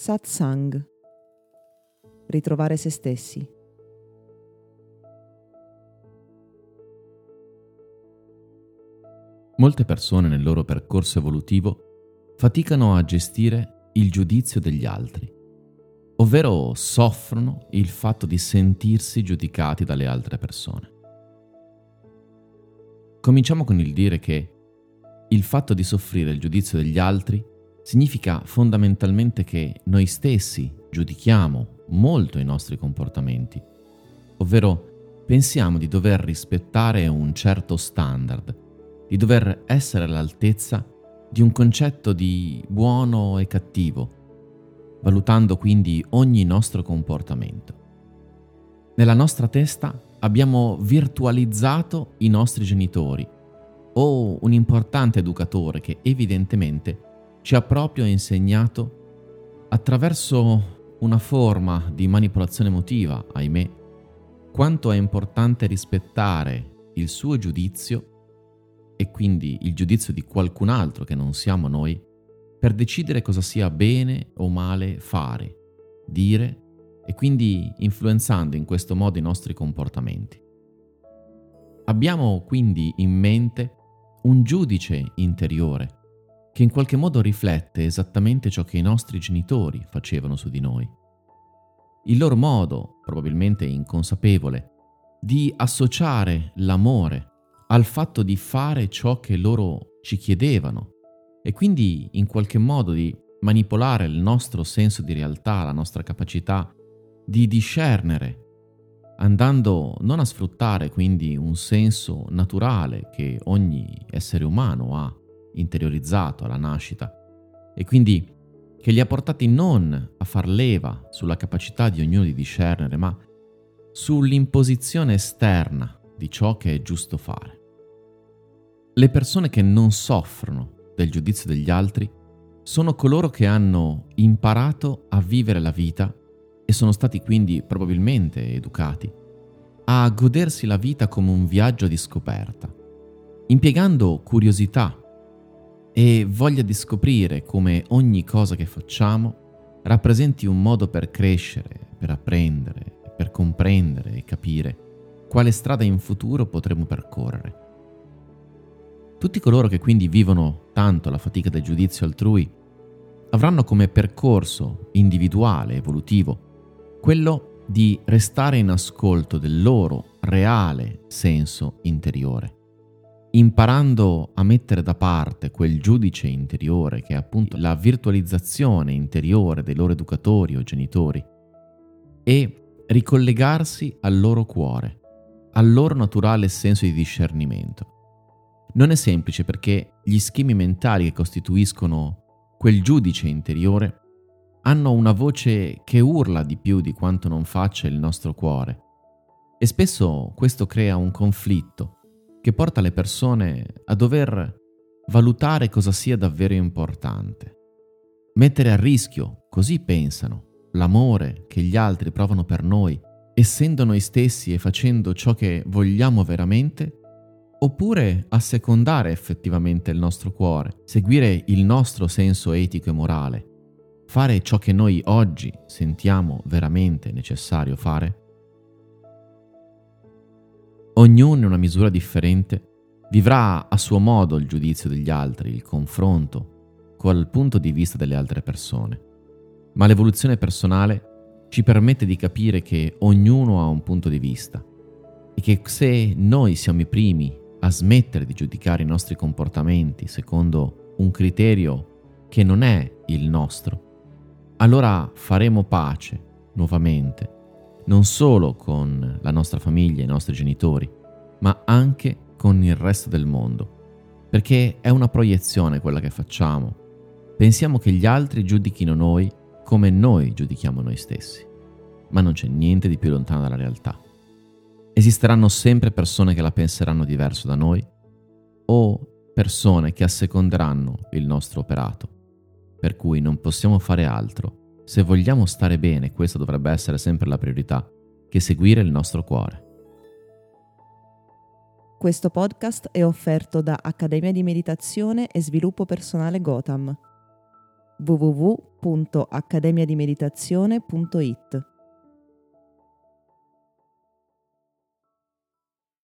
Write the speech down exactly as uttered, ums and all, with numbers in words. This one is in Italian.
Satsang. Ritrovare se stessi. Molte persone nel loro percorso evolutivo faticano a gestire il giudizio degli altri, ovvero soffrono il fatto di sentirsi giudicati dalle altre persone. Cominciamo con il dire che il fatto di soffrire il giudizio degli altri significa fondamentalmente che noi stessi giudichiamo molto i nostri comportamenti, ovvero pensiamo di dover rispettare un certo standard, di dover essere all'altezza di un concetto di buono e cattivo, valutando quindi ogni nostro comportamento. Nella nostra testa abbiamo virtualizzato i nostri genitori o un importante educatore che evidentemente ci ha proprio insegnato attraverso una forma di manipolazione emotiva, ahimè, quanto è importante rispettare il suo giudizio e quindi il giudizio di qualcun altro che non siamo noi per decidere cosa sia bene o male fare, dire e quindi influenzando in questo modo i nostri comportamenti. Abbiamo quindi in mente un giudice interiore che in qualche modo riflette esattamente ciò che i nostri genitori facevano su di noi. Il loro modo, probabilmente inconsapevole, di associare l'amore al fatto di fare ciò che loro ci chiedevano e quindi in qualche modo di manipolare il nostro senso di realtà, la nostra capacità di discernere, andando non a sfruttare quindi un senso naturale che ogni essere umano ha interiorizzato alla nascita e quindi che li ha portati non a far leva sulla capacità di ognuno di discernere, ma sull'imposizione esterna di ciò che è giusto fare. Le persone che non soffrono del giudizio degli altri sono coloro che hanno imparato a vivere la vita e sono stati quindi probabilmente educati a godersi la vita come un viaggio di scoperta, impiegando curiosità e voglia di scoprire come ogni cosa che facciamo rappresenti un modo per crescere, per apprendere, per comprendere e capire quale strada in futuro potremo percorrere. Tutti coloro che quindi vivono tanto la fatica del giudizio altrui avranno come percorso individuale, evolutivo, quello di restare in ascolto del loro reale senso interiore, imparando a mettere da parte quel giudice interiore che è appunto la virtualizzazione interiore dei loro educatori o genitori e ricollegarsi al loro cuore, al loro naturale senso di discernimento. Non è semplice perché gli schemi mentali che costituiscono quel giudice interiore hanno una voce che urla di più di quanto non faccia il nostro cuore e spesso questo crea un conflitto che porta le persone a dover valutare cosa sia davvero importante. Mettere a rischio, così pensano, l'amore che gli altri provano per noi, essendo noi stessi e facendo ciò che vogliamo veramente, oppure assecondare effettivamente il nostro cuore, seguire il nostro senso etico e morale, fare ciò che noi oggi sentiamo veramente necessario fare? Ognuno in una misura differente vivrà a suo modo il giudizio degli altri, il confronto col punto di vista delle altre persone. Ma l'evoluzione personale ci permette di capire che ognuno ha un punto di vista e che se noi siamo i primi a smettere di giudicare i nostri comportamenti secondo un criterio che non è il nostro, allora faremo pace nuovamente non solo con la nostra famiglia e i nostri genitori, ma anche con il resto del mondo, perché è una proiezione quella che facciamo. Pensiamo che gli altri giudichino noi come noi giudichiamo noi stessi, ma non c'è niente di più lontano dalla realtà. Esisteranno sempre persone che la penseranno diverso da noi o persone che asseconderanno il nostro operato, per cui non possiamo fare altro. Se vogliamo stare bene, questa dovrebbe essere sempre la priorità, che seguire il nostro cuore. Questo podcast è offerto da Accademia di Meditazione e Sviluppo Personale Gotham. w w w punto accademia di meditazione punto it.